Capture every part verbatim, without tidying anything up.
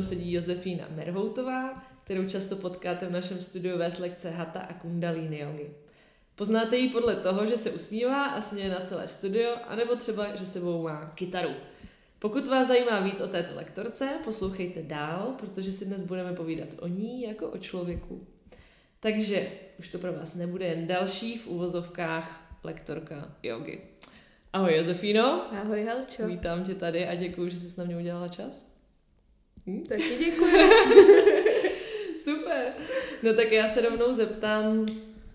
mnou sedí Josefína Merhoutová, kterou často potkáte v našem studiu vést lekce Hatha a Kundalini jogy. Poznáte ji podle toho, že se usmívá a směje na celé studio, anebo třeba, že sebou má kytaru. Pokud vás zajímá víc o této lektorce, poslouchejte dál, protože si dnes budeme povídat o ní jako o člověku. Takže už to pro vás nebude jen další v uvozovkách lektorka jogy. Ahoj Josefíno. Ahoj Helčo. Vítám tě tady a děkuji, že jsi na mě udělala čas. Hm? Taky děkuji. Super. No tak já se rovnou zeptám,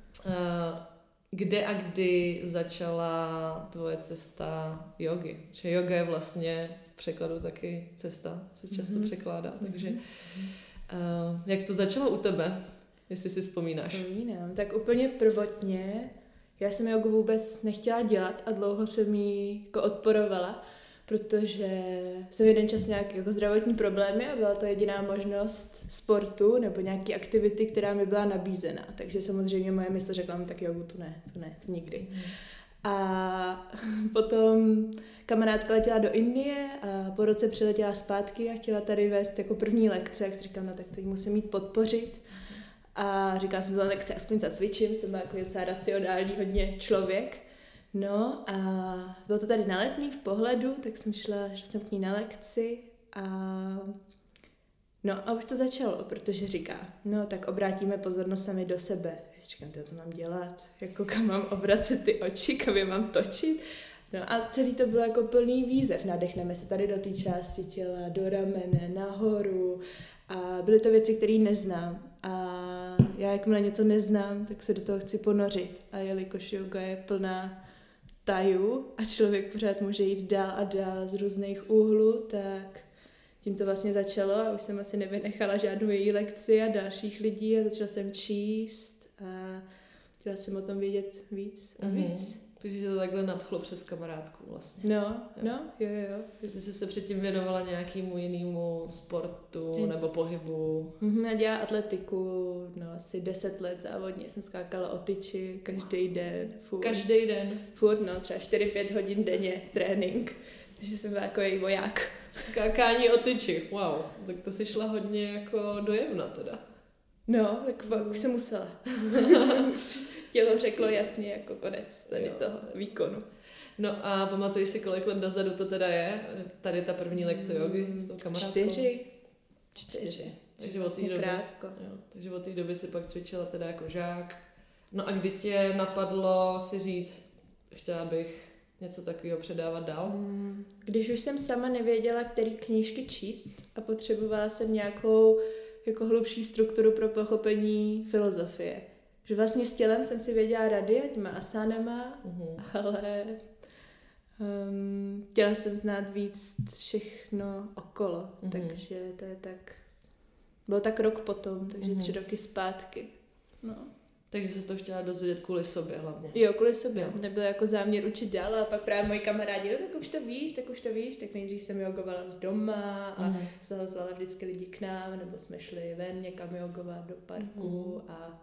kde a kdy začala tvoje cesta jogy? Že yoga je vlastně v překladu taky cesta, se často mm-hmm. překládá, takže uh, jak to začalo u tebe, jestli si vzpomínáš? Vzpomínám, tak úplně prvotně, já jsem jogu vůbec nechtěla dělat a dlouho jsem ji jako odporovala, protože jsem jeden čas měla jako zdravotní problémy a byla to jediná možnost sportu nebo nějaký aktivity, která mi byla nabízená. Takže samozřejmě moje mysl řekla mi, tak jogu to ne, to ne, to nikdy. Mm. A potom kamarádka letěla do Indie a po roce přiletěla zpátky a chtěla tady vést jako první lekce, jak si říkám, no tak to jí musím mít podpořit. A říkala jsem, že lekce aspoň zacvičím, jsem byla jako docela racionální hodně člověk. No a bylo to tady na Letní v Pohledu, tak jsem šla, že jsem k ní na lekci a no a už to začalo, protože říká, no tak obrátíme pozornost sami do sebe. Já říkám, to mám dělat, jako kam mám obracet ty oči, kam je mám točit. No a celý to bylo jako plný výzev, nadechneme se tady do té části těla, do ramene, nahoru a byly to věci, které neznám. A já jakmile něco neznám, tak se do toho chci ponořit a jelikož yoga je plná tajů a člověk pořád může jít dál a dál z různých úhlů, tak tím to vlastně začalo a už jsem asi nevynechala žádnou její lekci a dalších lidí a začala jsem číst a chtěla jsem o tom vědět víc a víc. Mm-hmm. Takže to takhle nadchlo přes kamarádku vlastně. No, jo. no, jo, jo. Jestli jsi se předtím věnovala nějakému jinému sportu Jen. nebo pohybu? Mm-hmm, já dělala atletiku, no asi deset let závodně jsem skákala o tyči každý den. Furt. Každý den? Furt, no, třeba čtyři pět hodin denně trénink. Takže jsem byla jako její voják. Skákání o tyči, wow. Tak to si šla hodně jako dojemna teda. No, tak už jsem musela. Tělo řeklo jasně jako konec tady jo. toho výkonu. No a pamatuješ si, kolik let dozadu to teda je? Tady ta první lekce jogy s tou kamarádkou? Čtyři. Čtyři. Čtyři. Takže vlastně od té doby, krátko. jo, takže od té doby si pak cvičila teda jako žák. No a kdy tě napadlo si říct, chtěla bych něco takového předávat dál? Když už jsem sama nevěděla, který knížky číst a potřebovala jsem nějakou jako hlubší strukturu pro pochopení filozofie. Že vlastně s tělem jsem si věděla rady, těma asánama, uh-huh. ale um, chtěla jsem znát víc všechno okolo, uh-huh. takže to je tak, bylo tak rok potom, takže uh-huh. tři roky zpátky. No. Takže jsi to chtěla dozvědět kvůli sobě hlavně. Jo, kvůli sobě. Jo. Nebyl jako záměr učit dál a pak právě moji kamarádi, no tak už to víš, tak už to víš, tak nejdřív jsem jogovala z doma a mm. zahozvala vždycky lidi k nám, nebo jsme šli ven někam jogovat do parku mm. a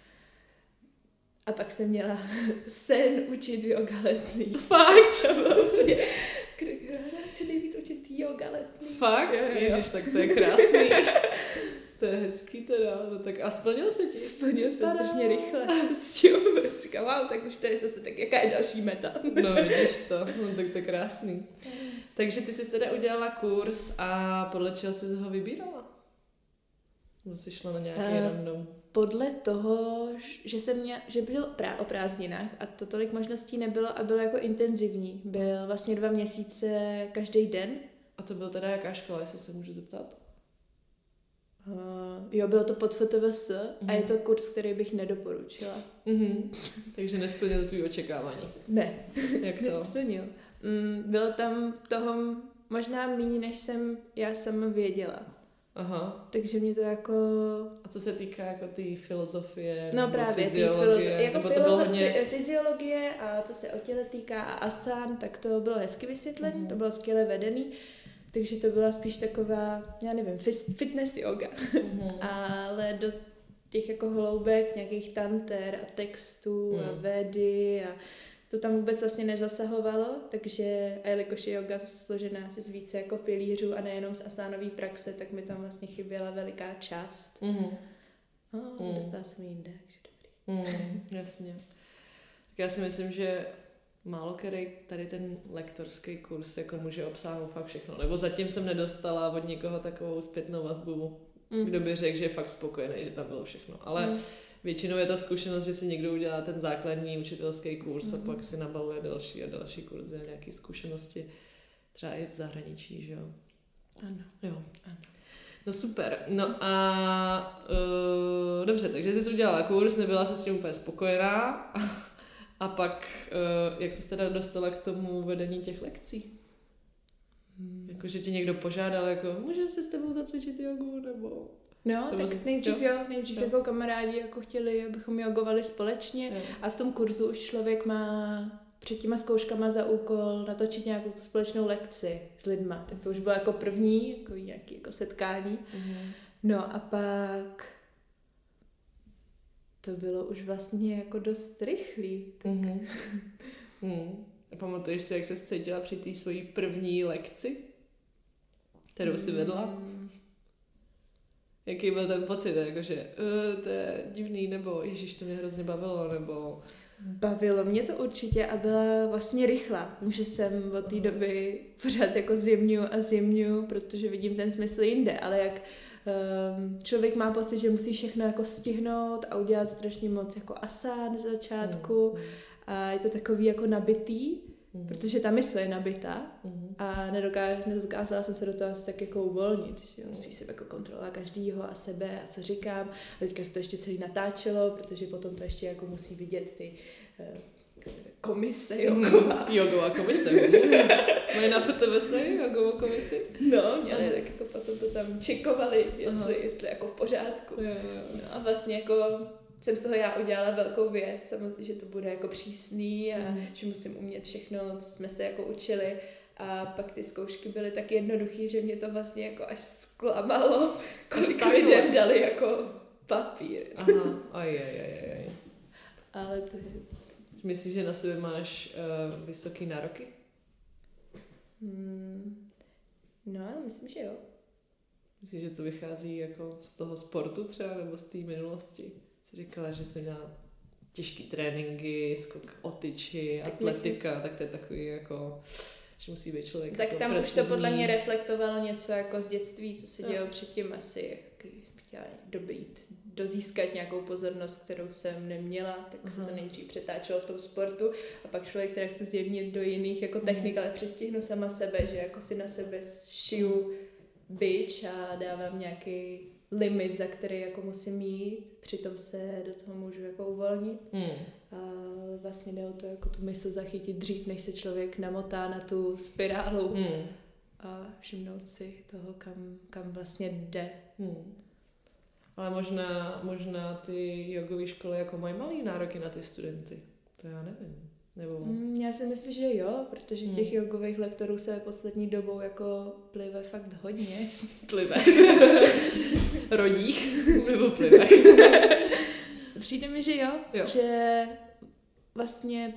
a pak jsem měla sen učit yoga letní. Fakt? To bylo úplně, chci nejvíc učit yoga letní. Fakt? Jo, jo. Ježiš, tak to je krásný. To je hezký teda, no tak a splnil se ti? Splnil se strašně rychle. Říkám, wow, tak už to je zase, tak jaká je další meta? No vidíš to, no tak to je krásný. Takže ty jsi teda udělala kurz a podle čeho jsi ho vybírala? No jsi šla na nějaký uh, random? Podle toho, že jsem měla, že byl prá- o prázdninách a to tolik možností nebylo a bylo jako intenzivní. Byl vlastně dva měsíce každý den. A to byl teda jaká škola, jestli se můžu zeptat? Uh, jo, bylo to pod F T V S mm. a je to kurz, který bych nedoporučila. Mm-hmm. Takže nesplnil tvý očekávání. Ne. Jak to? Nesplnil. Mm, bylo tam toho možná méně, než jsem já sama věděla. Aha. Takže mě to jako... A co se týká jako té filozofie, no nebo právě, fyziologie? Filozo- jako nebo filozo- hodně... fyziologie a co se o těle týká a asán, tak to bylo hezky vysvětlené, mm-hmm. to bylo skvěle vedený. Takže to byla spíš taková, já nevím, fitness yoga. Mm-hmm. Ale do těch jako hloubek, nějakých tanter a textů mm. a vedy a to tam vůbec vlastně nezasahovalo, takže a jelikož je yoga složená asi z více jako pilířů a nejenom z asánové praxe, tak mi tam vlastně chyběla veliká část. Mm-hmm. Oh, mm. Dostala jsem jinde, takže dobrý. Mm, jasně. Tak já si myslím, že málo který tady ten lektorský kurz jako může obsáhnout fakt všechno. Nebo zatím jsem nedostala od někoho takovou zpětnou vazbu, mm. kdo by řekl, že je fakt spokojený, že tam bylo všechno. Ale mm. většinou je ta zkušenost, že si někdo udělá ten základní učitelský kurz mm. a pak si nabaluje další a další kurzy a nějaké zkušenosti. Třeba i v zahraničí, že jo? Ano. Jo. Ano. No super. No a uh, dobře, takže jsi udělala kurz, nebyla jsi s tím úplně spokojená. A pak, uh, jak jsi teda dostala k tomu vedení těch lekcí? Hmm. Jako, že tě někdo požádal, jako, můžeme se s tebou zacvičit jogu, nebo... No, nebo tak nejdřív jo, jo nejdřív jo. Jako kamarádi jako chtěli, abychom jogovali společně jo. A v tom kurzu už člověk má před těma zkouškama za úkol natočit nějakou tu společnou lekci s lidma. Tak to už bylo jako první, jako nějaké jako setkání. Mm. No a pak to bylo už vlastně jako dost rychlý. Tak... Mm. mm. Pamatuješ si, jak se cítila při té svojí první lekci, kterou mm. jsi vedla? Jaký byl ten pocit, jakože uh, to je divný, nebo ježiš, to mě hrozně bavilo, nebo... Bavilo mě to určitě a byla vlastně rychlá. Vím, že jsem od té doby pořád jako zjemňuju a zjemňuju, protože vidím ten smysl jinde, ale jak um, člověk má pocit, že musí všechno jako stihnout a udělat strašně moc jako asán na začátku mm. a je to takový jako nabitý, mm. protože ta mysl je nabitá mm. a nedokáž, nedokázala jsem se do toho asi tak jako uvolnit, že jo? Spíš jsem jako kontrolovala každýho a sebe a co říkám a teďka se to ještě celý natáčelo, protože potom to ještě jako musí vidět ty uh, komise jogová. Jogová komise. Mají na F T V S jogovou komisi? No, měli, tak jako potom to tam čekovali, jestli, jestli jako v pořádku. Jo, jo. No a vlastně jako jsem z toho já udělala velkou věc, samozřejmě, že to bude jako přísný a mm. že musím umět všechno, co jsme se jako učili. A pak ty zkoušky byly tak jednoduchý, že mě to vlastně jako až zklamalo, kolik lidem dali jako papír. Aha, aj, aj, aj, aj. Ale to je... Myslíš, že na sebe máš uh, vysoký nároky? Hmm. No, myslím, že jo. Myslíš, že to vychází jako z toho sportu třeba, nebo z té minulosti? Jsi říkala, že jsi měla těžký tréninky, skok o tyči, tak atletika, myslím... tak to je takový jako... že musí být člověk. Tak tam precizní. Už to podle mě reflektovalo něco jako z dětství, co se dělo no. předtím asi, když jsem chtěla dobít, dozískat nějakou pozornost, kterou jsem neměla, tak uh-huh. se to nejdřív přetáčelo v tom sportu a pak člověk, který chce zjevnit do jiných jako technik, uh-huh. ale přestihnu sama sebe, že jako si na sebe šiju bič a dávám nějaký limit, za který jako musím jít, přitom se do toho můžu jako uvolnit. Mm. A vlastně jde o to jako tu mysl zachytit dřív, než se člověk namotá na tu spirálu mm. a všimnout si toho, kam, kam vlastně jde. Mm. Ale možná, možná ty jogové školy jako mají malý nároky na ty studenty. To já nevím. Nebo... Mm, já si myslím, že jo, protože těch hmm. jogových lektorů se poslední dobou jako plive fakt hodně. Plive. Rodích nebo plive. Přijde mi, že jo, jo, že vlastně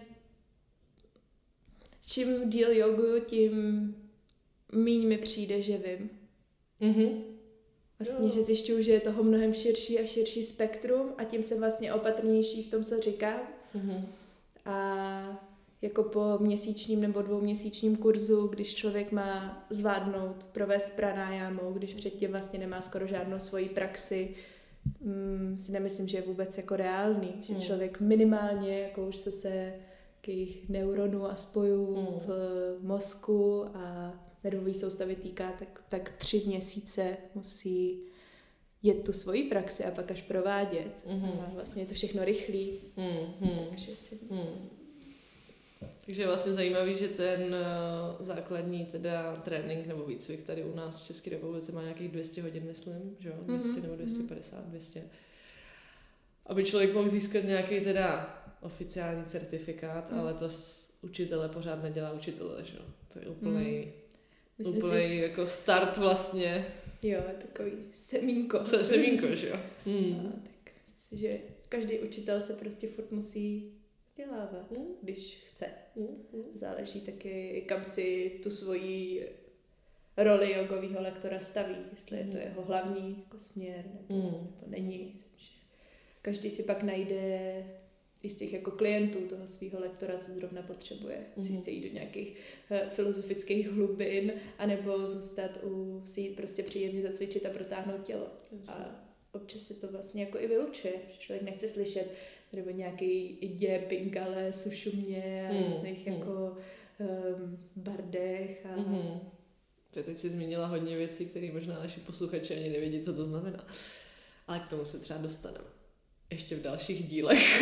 čím díl joguju, tím míň mi přijde, že vím. Mm-hmm. Vlastně, jo. že zjišťuju, že je toho mnohem širší a širší spektrum a tím jsem vlastně opatrnější v tom, co říkám. Mm-hmm. A jako po měsíčním nebo dvouměsíčním kurzu, když člověk má zvládnout provést pranájámu, když předtím vlastně nemá skoro žádnou svoji praxi, mm, si nemyslím, že je vůbec jako reálný, že mm. člověk minimálně, jako už co se jakých neuronů a spojů mm. v mozku a nervové soustavy týká, tak, tak tři měsíce musí jet tu svoji praxi a pak až provádět. Mm-hmm. A vlastně je to všechno rychlý. Mm-hmm. Takže, si... mm. Takže je vlastně zajímavý, že ten uh, základní teda trénink nebo výcvik tady u nás v České republice má nějakých dvě stě hodin, myslím, že jo? dvě stě mm-hmm. nebo dvě stě padesát, dvě stě. Aby člověk mohl získat nějaký teda oficiální certifikát, mm. ale to učitele pořád nedělá učitele, že jo? To je úplnej, mm. úplnej si... jako start vlastně. Jo, takový semínko. Se, semínko, že jo? Mm. No, tak myslím si, že každý učitel se prostě furt musí vzdělávat, Mm. když chce. Mm, mm. Záleží taky, kam si tu svoji roli jogového lektora staví, jestli je to Mm. jeho hlavní jako směr, nebo, Mm. nebo není. Myslím, že každý si pak najde i z těch jako klientů toho svého lektora, co zrovna potřebuje. Mm. Si chce jít do nějakých uh, filozofických hlubin, anebo zůstat u, si jít prostě příjemně zacvičit a protáhnout tělo. Jasně. A občas se to vlastně jako i vylučuje, že člověk nechce slyšet nebo nějaký idě, pingale, sušumě a Mm, různých mm. jako um, bardech a Mhm. To teď si zmínila hodně věcí, které možná naši posluchači ani nevědí, co to znamená. Ale k tomu se třeba dostaneme. Ještě v dalších dílech.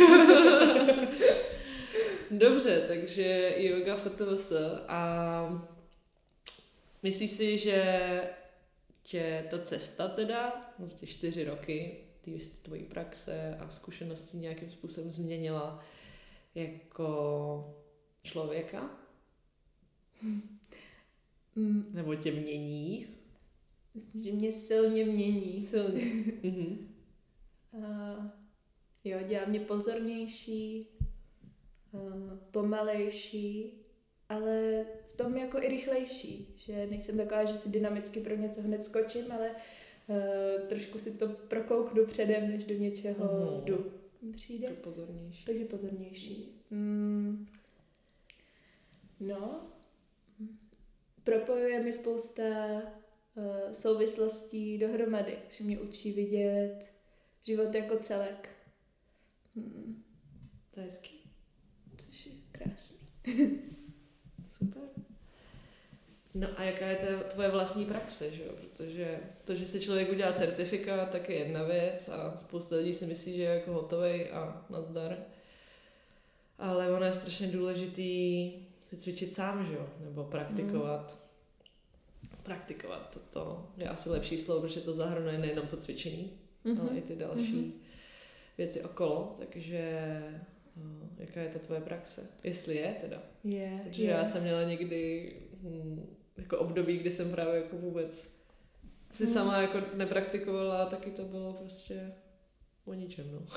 Dobře, takže yoga F T V S. A myslíš si, že tě ta cesta teda, za ty čtyři roky, ty tvojí praxe a zkušenosti nějakým způsobem změnila jako člověka? mm, Nebo tě mění? myslím, že mě silně mění. Silně. Mhm. A jo, dělá mě pozornější, a pomalejší, ale v tom jako i rychlejší, že nejsem taková, že si dynamicky pro něco hned skočím, ale uh, trošku si to prokouknu předem, než do něčeho Mhm. jdu. Přijde? To pozornější. Takže pozornější. Mm. No, propojuje mi spousta uh, souvislostí dohromady, že mě učí vidět život jako celek. Mm. To je hezký. Což je krásný. Super. No a jaká je ta tvoje vlastní praxe, že jo? Protože to, že si člověk udělá certifikát, tak je jedna věc a spousta lidí si myslí, že je jako hotovej a nazdar. Ale ono je strašně důležitý si cvičit sám, že jo? Nebo praktikovat. Mm. Praktikovat toto je asi lepší slovo, protože to zahrnuje nejenom to cvičení, mm-hmm. ale i ty další mm-hmm. věci okolo. Takže no, jaká je ta tvoje praxe? Jestli je teda. Je, Protože je. já jsem měla někdy hm, jako období, kdy jsem právě jako vůbec si Hmm. sama jako nepraktikovala, taky to bylo prostě o ničem, no.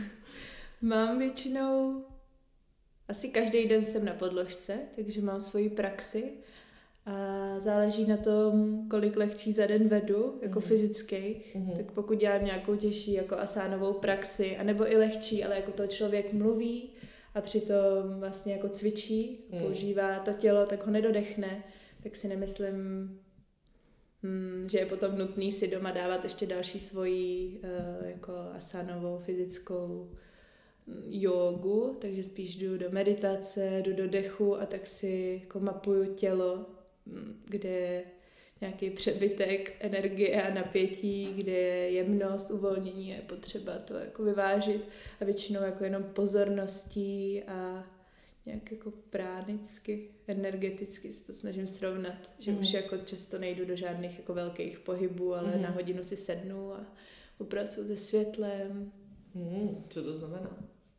Mám většinou, asi každý den jsem na podložce, takže mám svoji praxi a záleží na tom, kolik lekcí za den vedu, jako Mhm. fyzických. Mhm. Tak pokud dělám nějakou těžší jako asánovou praxi, anebo i lehčí, ale jako to člověk mluví a přitom vlastně jako cvičí, Mm. používá to tělo, tak ho nedodechne, tak si nemyslím, hm, že je potom nutný si doma dávat ještě další svoji uh, jako asánovou fyzickou mm, jógu, takže spíš jdu do meditace, jdu do dechu a tak si jako mapuju tělo, mm, kde je nějaký přebytek energie a napětí, kde je jemnost, uvolnění, je potřeba to jako vyvážit a většinou jako jenom pozorností a nějak jako pránicky, energeticky se to snažím srovnat, že Mm. už jako často nejdu do žádných jako velkých pohybů, ale Mhm. na hodinu si sednu a popracuju se světlem. Hmm, co to znamená?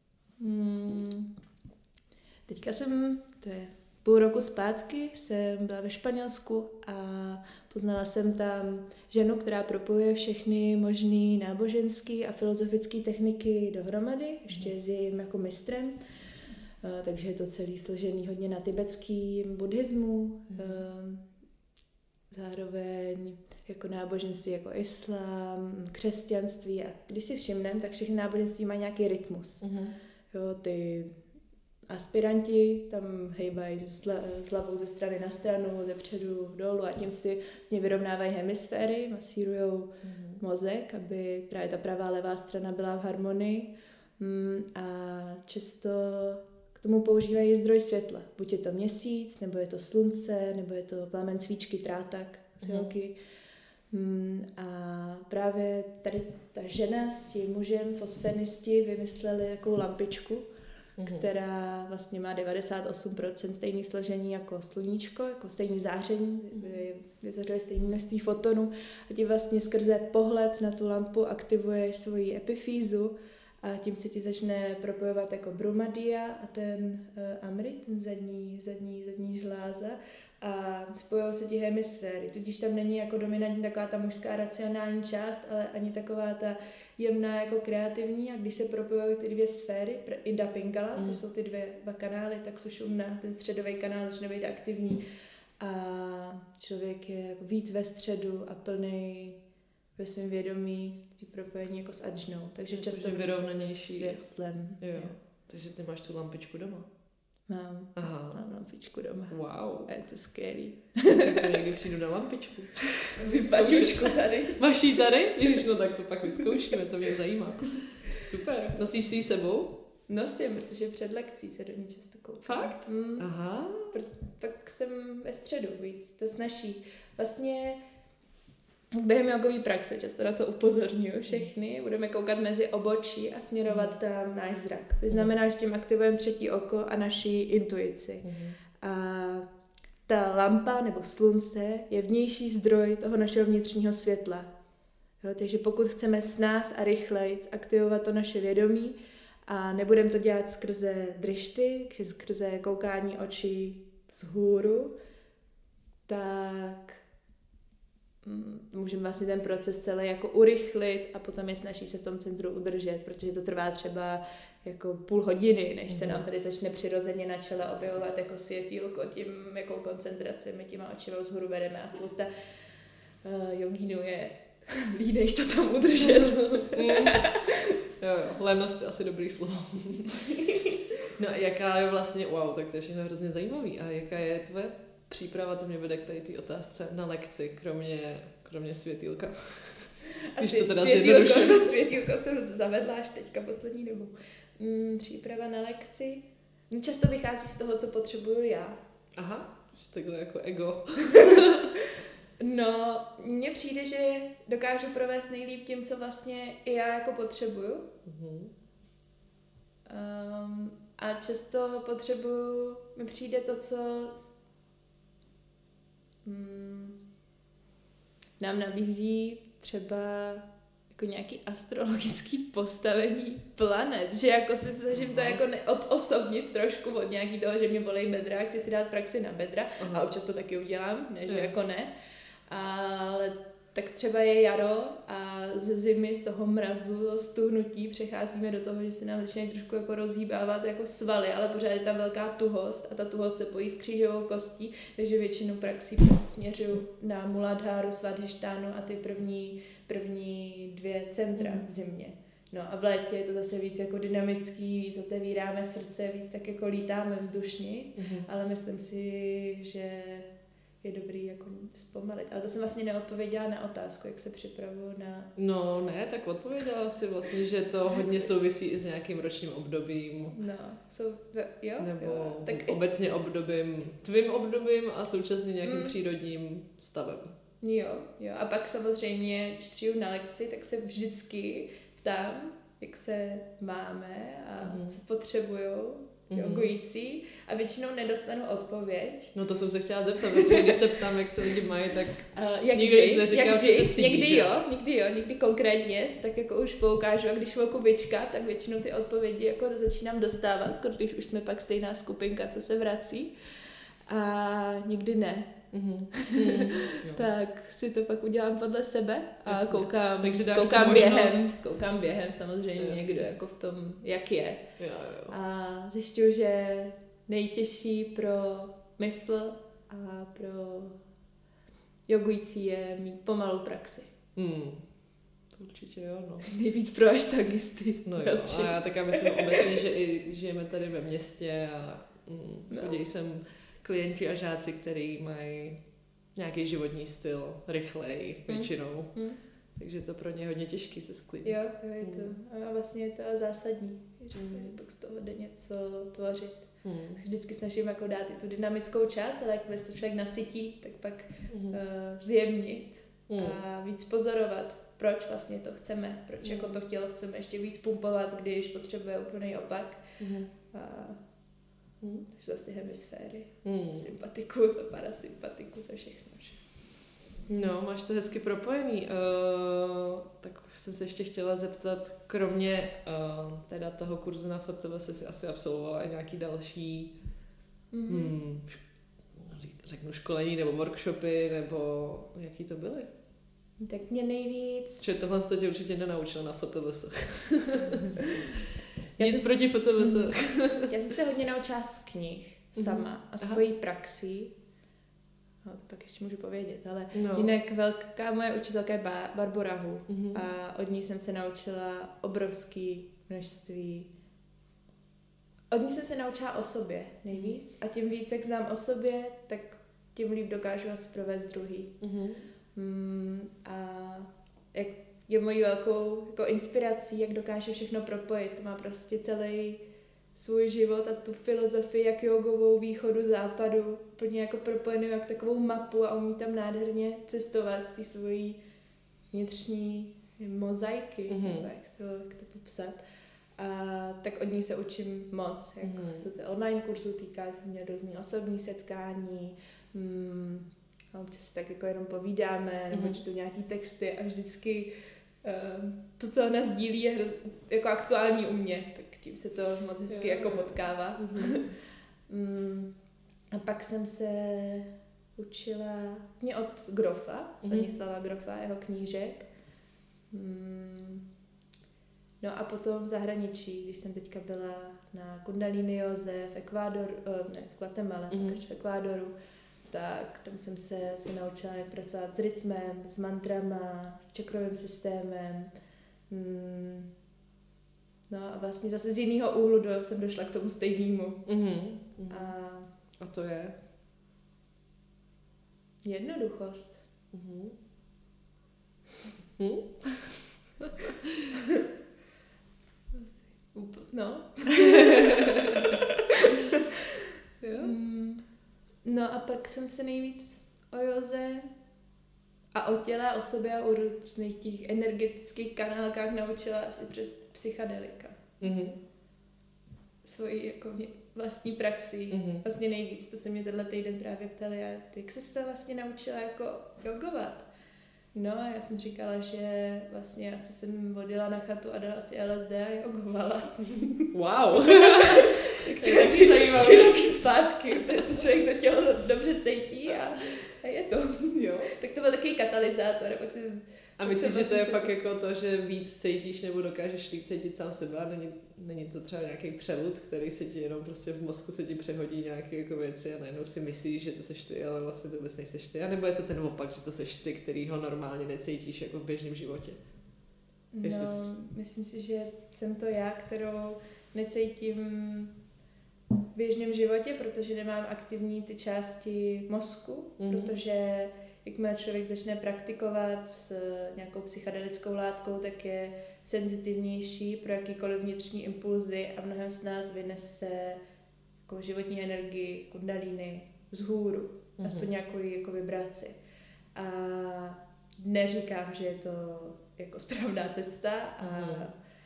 Hmm. Teďka jsem, to je půl roku zpátky, jsem byla ve Španělsku a poznala jsem tam ženu, která propojuje všechny možné náboženské a filozofické techniky dohromady, ještě s jejím jako mistrem. Uh, takže je to celý složený hodně na tibetským buddhismu, uh, zároveň jako náboženství jako islám, křesťanství a když si všimneme, tak všechny náboženství mají nějaký rytmus. Mhm. Jo, ty aspiranti tam hejbají z hlavou ze strany na stranu, ze předu dolů a tím si s ní vyrovnávají hemisféry, masírujou Mhm. mozek, aby právě ta pravá a levá strana byla v harmonii. Mm, a často k tomu používají zdroj světla. Buď je to měsíc, nebo je to slunce, nebo je to plamen svíčky, trátak, svělky. Mm, a právě tady ta žena s tím mužem fosfenisti vymysleli takovou lampičku, Mhm. která vlastně má devadesát osm procent stejné složení jako sluníčko, jako stejný záření, vy- vyzařuje stejné množství fotonů a tím vlastně skrze pohled na tu lampu aktivuješ svoji epifýzu a tím se ti začne propojovat jako brumadia a ten uh, amrit, ten zadní, zadní, zadní žláza a spojují se ti hemisféry, tudíž tam není jako dominantní taková ta mužská racionální část, ale ani taková ta jemná jako kreativní a když se propojují ty dvě sféry, Ida Pingala, mm. to jsou ty dvě, dva kanály, tak sušumna, ten středový kanál začne být aktivní a člověk je jako víc ve středu a plný ve svém vědomí, tí propojení jako s adžnou, takže je často vyrovnanější světlem. Jo. Jo. Takže ty máš tu lampičku doma? Mám, Aha. mám lampičku doma. Wow. A je to skvělý. Tak někdy přijdu na lampičku. Paťušku tady. Máš jí tady? Ježiš, no tak to pak vyzkoušíme, to mě zajímá. Super. Nosíš si ji sebou? Nosím, protože před lekcí se do ní často koupím. Fakt? Mm. Aha. Pak jsem ve středu víc, to snaží. Vlastně během jogové praxe často na to upozorňuji všechny. Budeme koukat mezi obočí a směrovat tam náš zrak. To znamená, že tím aktivujeme třetí oko a naši intuici. Mm. A ta lampa nebo slunce je vnější zdroj toho našeho vnitřního světla. Jo, takže pokud chceme s nás a rychleji aktivovat to naše vědomí a nebudeme to dělat skrze drišty, skrze koukání očí vzhůru, tak můžeme vlastně ten proces celý jako urychlit a potom je snaží se v tom centru udržet, protože to trvá třeba jako půl hodiny, než se nám tady začne přirozeně na čele objevovat jako světýlko tím, jakou koncentraci my těma očima vzhůru vedeme a spousta uh, jogínů je línej to tam udržet. Jo, jo, lenost je asi dobrý slovo. No a jaká je vlastně, wow, tak to je všechno hrozně zajímavý. A jaká je tvoje příprava, to mě vede k tady té otázce na lekci, kromě, kromě světýlka. Když to teda zjednoduším. Světýlko jsem zavedla až teďka poslední dobu. Mm, příprava na lekci. Často vychází z toho, co potřebuju já. Aha, takhle jako ego. No, mně přijde, že dokážu provést nejlíp tím, co vlastně i já jako potřebuju. Mm-hmm. Um, a často potřebuju, mi přijde to, co um, nám nabízí třeba jako nějaký astrologický postavení planet, že jako si snažím to jako odosobnit trošku od nějaký toho, že mě bolí bedra, chci si dát praxi na bedra. Aha. A občas to taky udělám, ne, že jako ne. Ale tak třeba je jaro a ze zimy, z toho mrazu, stuhnutí přecházíme do toho, že se nám začínají trošku jako rozhýbávat jako svaly, ale pořád je tam velká tuhost a ta tuhost se pojí s křížovou kostí, takže většinu praxí směřuju na Muladháru, Svadhištánu a ty první, první dvě centra v zimě. No a v létě je to zase víc jako dynamický, víc otevíráme srdce, víc tak jako lítáme vzdušně, mm-hmm. ale myslím si, že je dobrý jako zpomalit. Ale to jsem vlastně neodpověděla na otázku, jak se připravuju na... No ne, tak odpověděla si vlastně, že to hodně souvisí i s nějakým ročním obdobím. No, jsou, jo, nebo jo. Tak obecně jest... obdobím, tvým obdobím a současně nějakým mm. přírodním stavem. Jo, jo. A pak samozřejmě, když přijdu na lekci, tak se vždycky ptám, jak se máme a mm. co potřebujou jogující a většinou nedostanu odpověď. No to jsem se chtěla zeptat, protože když se ptám, jak se lidi mají, tak uh, jak nikdo nic neříká, že se stydí. Někdy jo, někdy jo, někdy konkrétně, tak jako už poukážu a když chvilku vyčká, tak většinou ty odpovědi jako začínám dostávat, když už jsme pak stejná skupinka, co se vrací. A někdy ne. Mm-hmm. Mm, tak si to pak udělám podle sebe a Jasně. koukám, Takže koukám během, koukám během samozřejmě Jasně. někdo jako v tom, jak je. Jo, jo. A zjišťuju, že nejtěžší pro mysl a pro jogující je mít pomalou praxi. Mm. To určitě jo, no. Nejvíc pro aštagisty. No jo, a já tak já myslím obecně, že i žijeme tady ve městě a mm, no. chodí sem klienti a žáci, kteří mají nějaký životní styl, rychlej většinou. Mm. Mm. Takže to pro ně hodně těžký se sklidnit. Jo, jo, je to. Mm. A vlastně je to zásadní, že mm. pak z toho jde něco tvořit. Mm. Vždycky snažím jako dát i tu dynamickou část, ale jak to člověk nasytí, tak pak mm. uh, zjemnit mm. a víc pozorovat, proč vlastně to chceme, proč mm. jako to tělo chceme ještě víc pumpovat, když potřebuje úplný opak. Mm. A Hmm. To jsou ty hemisféry. Hmm. Sympatikus a parasympatikus a všechno. No, máš to hezky propojený. Uh, tak jsem se ještě chtěla zeptat, kromě uh, teda toho kurzu na F T V jsi asi absolvovala i nějaký další mm-hmm. hmm, řeknu školení nebo workshopy, nebo jaký to byly? Tak mě nejvíc... Že tohle to tě určitě nenaučil na fotovesu. Já Nic jsem... proti fotovesu. Já jsem se hodně naučila z knih sama a svojí praxí. No, to pak ještě můžu povědět, ale no. Jinak velká moje učitelka je ba- Barbora Hu mm-hmm. a od ní jsem se naučila obrovské množství. Od ní jsem se naučila o sobě nejvíc a tím víc, jak znám o sobě, tak tím líp dokážu asi provést druhý. Mm-hmm. Mm, a jak je mojí velkou jako inspirací, jak dokáže všechno propojit. Má prostě celý svůj život a tu filozofii, jak jogovou, východu, západu, úplně jako propojenou jak takovou mapu a umí tam nádherně cestovat z té svojí vnitřní mozaiky, mm-hmm. jak, to, jak to popsat. A tak od ní se učím moc, jak mm-hmm. se, se online kurzu týká, mě různý osobní setkání, mm, a občas si tak jako jenom povídáme, mm-hmm. nebo čtu nějaký texty a vždycky uh, to, co ona sdílí, je hro, jako aktuální u mě, tak tím se to moc hezky jo, jako potkává. Mm-hmm. mm, a pak jsem se učila mě od Grofa, Stanislava mm-hmm. Grofa, jeho knížek. Mm, no a potom v zahraničí, když jsem teďka byla na Kundalini józe v Ekvádoru, ne, v Guatemala, mm-hmm. takže v Ekvádoru, tak tam jsem se, se naučila, jak pracovat s rytmem, s mantrama, s čakrovým systémem. Mm, no a vlastně zase z jiného úhlu do, jsem došla k tomu stejnému. Mm-hmm. A, a to je? Jednoduchost. Mm-hmm. Hm? No. jo. Mm, no a pak jsem se nejvíc o józe a o těle, o sobě a o různých těch energetických kanálkách naučila asi přes psychedelika. Mm-hmm. Svojí jako vlastní praxi. Mm-hmm. Vlastně nejvíc, to se mě tenhle týden právě ptali, a jak jsi to vlastně naučila jako jogovat? No a já jsem říkala, že vlastně asi jsem vodila na chatu a dala si L S D a jogovala. Wow! Tak to je taky zajímavé. Tři roky zpátky, ten člověk to tělo dobře cítí a, a je to. Jo. Tak to byl takový katalyzátor. Pak jsem, a myslíš, že to je fakt jako to, že víc cítíš nebo dokážeš líp cítit sám sebe a není, není to třeba nějaký přelud, který se ti jenom prostě v mozku se ti přehodí nějaké jako věci a najednou si myslíš, že to seš ty, ale vlastně to vůbec nejseš ty. A nebo je to ten opak, že to seš ty, který ho normálně necítíš jako v běžném životě? No, Jestli... myslím si, že jsem to já, kterou necítím v běžném životě, protože nemám aktivní ty části mozku, mm-hmm. protože jakmile člověk začne praktikovat s nějakou psychedelickou látkou, tak je senzitivnější pro jakýkoliv vnitřní impulzy a mnohem z nás vynese jako životní energii, kundalíny vzhůru, mm-hmm. aspoň nějakou jako vibraci. A neříkám, že je to jako správná cesta, a, mm-hmm.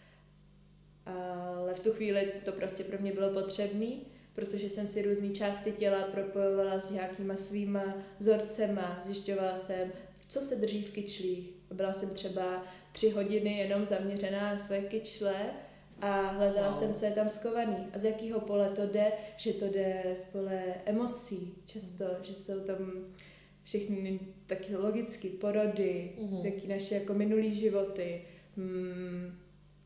ale v tu chvíli to prostě pro mě bylo potřebný, protože jsem si různé části těla propojovala s nějakýma svýma vzorcema, zjišťovala jsem, co se drží v kyčlích. Byla jsem třeba tři hodiny jenom zaměřená na svoje kyčle a hledala wow. jsem, co je tam skovaný a z jakého pole to jde, že to jde z pole emocí často, mm. že jsou tam všechny taky logicky porody, mm. taky naše jako minulý životy, mm,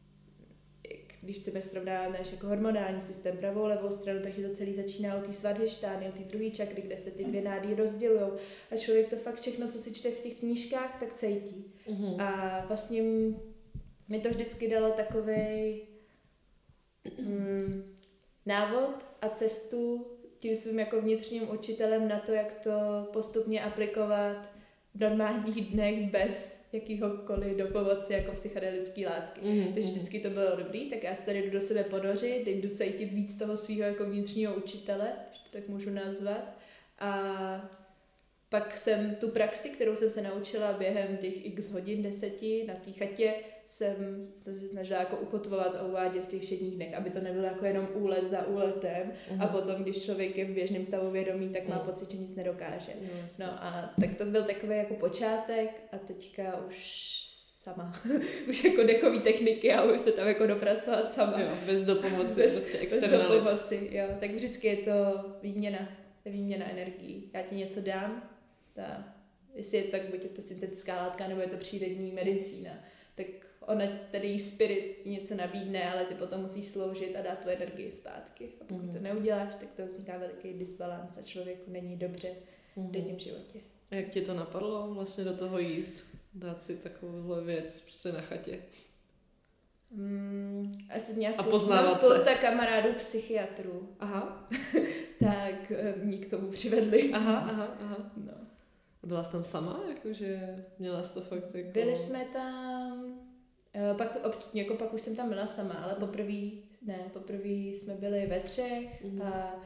když chceme srovnávat náš jako hormonální systém pravou, levou stranu, takže to celé začíná od té svadhyštány, od té druhé čakry, kde se ty dvě nády rozdělují. A člověk to fakt všechno, co si čte v těch knížkách, tak cítí. Mm-hmm. A vlastně mi to vždycky dalo takovej mm, návod a cestu tím svým jako vnitřním učitelem na to, jak to postupně aplikovat v normálních dnech bez jakýhokoliv dopomoci jako psychedelické látky. Mm-hmm. Takže vždycky to bylo dobrý, tak já se tady jdu do sebe ponořit, teď jdu cítit víc toho svého jako vnitřního učitele, že to tak můžu nazvat. A pak jsem tu praxi, kterou jsem se naučila během těch x hodin, deseti na té chatě, jsem se snažila jako ukotvovat a uvádět v těch všedních dnech, aby to nebylo jako jenom úlet za úletem mm-hmm. a potom, když člověk je v běžném stavu vědomí, tak má mm. pocit, že nic nedokáže. Yes. No a tak to byl takový jako počátek a teďka už sama. Už jako dechový techniky a už se tam jako dopracovat sama. Jo, bez dopomoci, bez, prostě bez dopomoci, jo. Tak vždycky je to výměna, výměna energií. Já ti něco dám, ta jestli je to tak, buď je to syntetická látka, nebo je to přírodní medicína, tak ona tady jí spirit něco nabídne, ale ty potom musíš sloužit a dát tu energii zpátky. A pokud mm. to neuděláš, tak to vzniká veliký disbalans a člověku není dobře mm. v denním životě. A jak ti to napadlo vlastně do toho jít? Dát si takovouhle věc prostě na chatě? Mm, asi měla spousta, spousta kamarádů psychiatrů. Aha. Tak mě k tomu přivedli. Aha, aha, aha. No. Byla jsi tam sama? Jakože měla jsi to fakt jako... Byli jsme tam... Pak, jako pak už jsem tam byla sama, ale poprvé, ne, poprvé jsme byli ve třech mm. a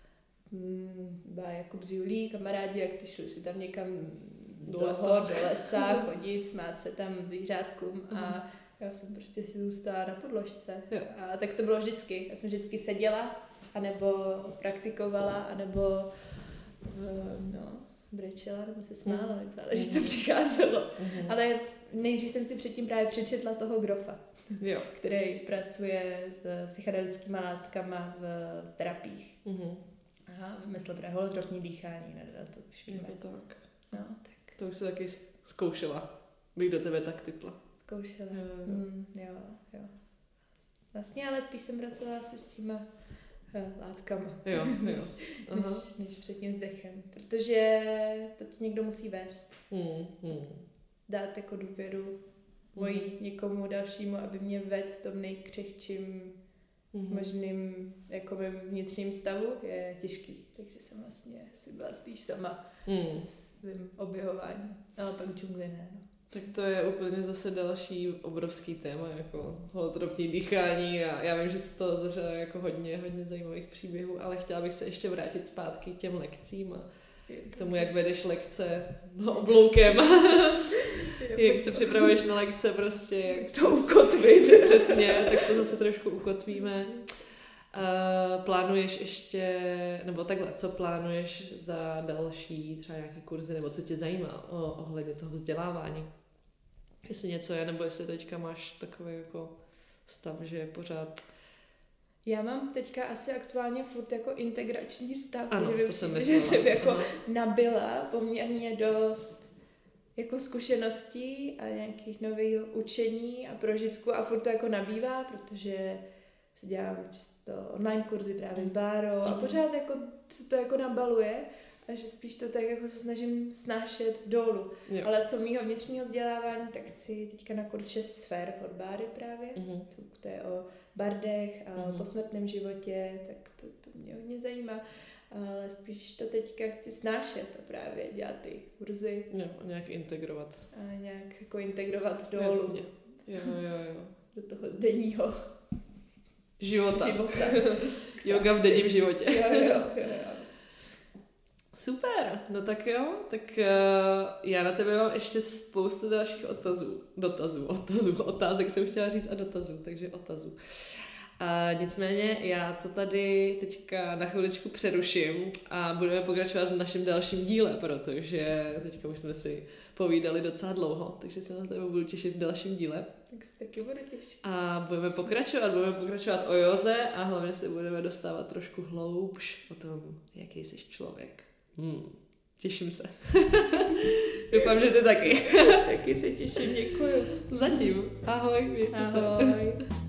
mm, byla Jakub z Julí, kamarádi, jak ty šli si tam někam do, do lesa, do lesa chodit, smát se tam zvířátkům mm. a já jsem prostě si zůstala na podložce. Jo. A tak to bylo vždycky. Já jsem vždycky seděla, anebo praktikovala, anebo no, brečela, nebo se smála, tak záleží, co přicházelo. Mm. Ale nejdřív jsem si předtím právě přečetla toho Grofa, jo. který pracuje s psychedelickými látkama v terapiích. Mm-hmm. Aha, vymyslel právě holotropní dýchání. Ne, to už je to tak. No, tak. To už se taky zkoušela. Bych do tebe tak typla. Zkoušela. Jo, jo. Mm, jo, jo. Vlastně, ale spíš jsem pracovala asi s těma uh, látkama. Jo, jo. Aha. než, než před tím zdechem. Protože to ti někdo musí vést. Mm, mm. Dát jako důvěru mojí mm. někomu dalšímu, aby mě vedl v tom nejkřehčím mm. možným jako mým vnitřním stavu, je těžký. Takže jsem vlastně si byla spíš sama mm. se svým objevováním. Ale pak džungli ne, no. Tak to je úplně zase další obrovský téma, jako holotropní dýchání a já vím, že jsi to zažila jako hodně, hodně zajímavých příběhů, ale chtěla bych se ještě vrátit zpátky k těm lekcím a k tomu, jak vedeš lekce no, obloukem, jak se připravuješ na lekce prostě, jak to ukotvit. Přesně, tak to zase trošku ukotvíme. Uh, plánuješ ještě, nebo takhle, co plánuješ za další třeba nějaké kurzy, nebo co tě zajímá o, ohledně toho vzdělávání? Jestli něco je, nebo jestli teďka máš takový jako stav, že je pořád... Já mám teďka asi aktuálně furt jako integrační stav, ano, že, to jsem že jsem jako Aha. nabyla poměrně dost jako zkušeností a nějakých nových učení a prožitků a furt to jako nabývá, protože si dělám čisto online kurzy právě s Bárou a pořád jako se to jako nabaluje a že spíš to tak jako se snažím snášet dolů. Jo. Ale co mýho vnitřního vzdělávání, tak chci teďka na kurz šest sfér od Báry právě, mm-hmm. to, to je o bardech a mm-hmm. o posmrtném životě, tak to, to mě hodně zajímá. Ale spíš to teďka chci snášet a právě dělat ty kurzy. Jo, a nějak integrovat. A nějak jako integrovat dolů. Jasně. Jo, jo, jo. Do toho denního života. života. Yoga v denním životě. Jo, jo, jo, jo. Super, no tak jo, tak uh, já na tebe mám ještě spoustu dalších otazů, dotazů, otazů, otázek jsem chtěla říct a dotazů, takže otazů. Uh, nicméně já to tady teďka na chviličku přeruším a budeme pokračovat v našem dalším díle, protože teďka už jsme si povídali docela dlouho, takže se na tebe budu těšit v dalším díle. Tak se taky budu těšit. A budeme pokračovat, budeme pokračovat o józe a hlavně se budeme dostávat trošku hloubš o tom, jaký jsi člověk. Hmm, těším se. Doufám, že ty taky. Taky se těším, děkuju. Zatím. Ahoj, mějte se. Ahoj.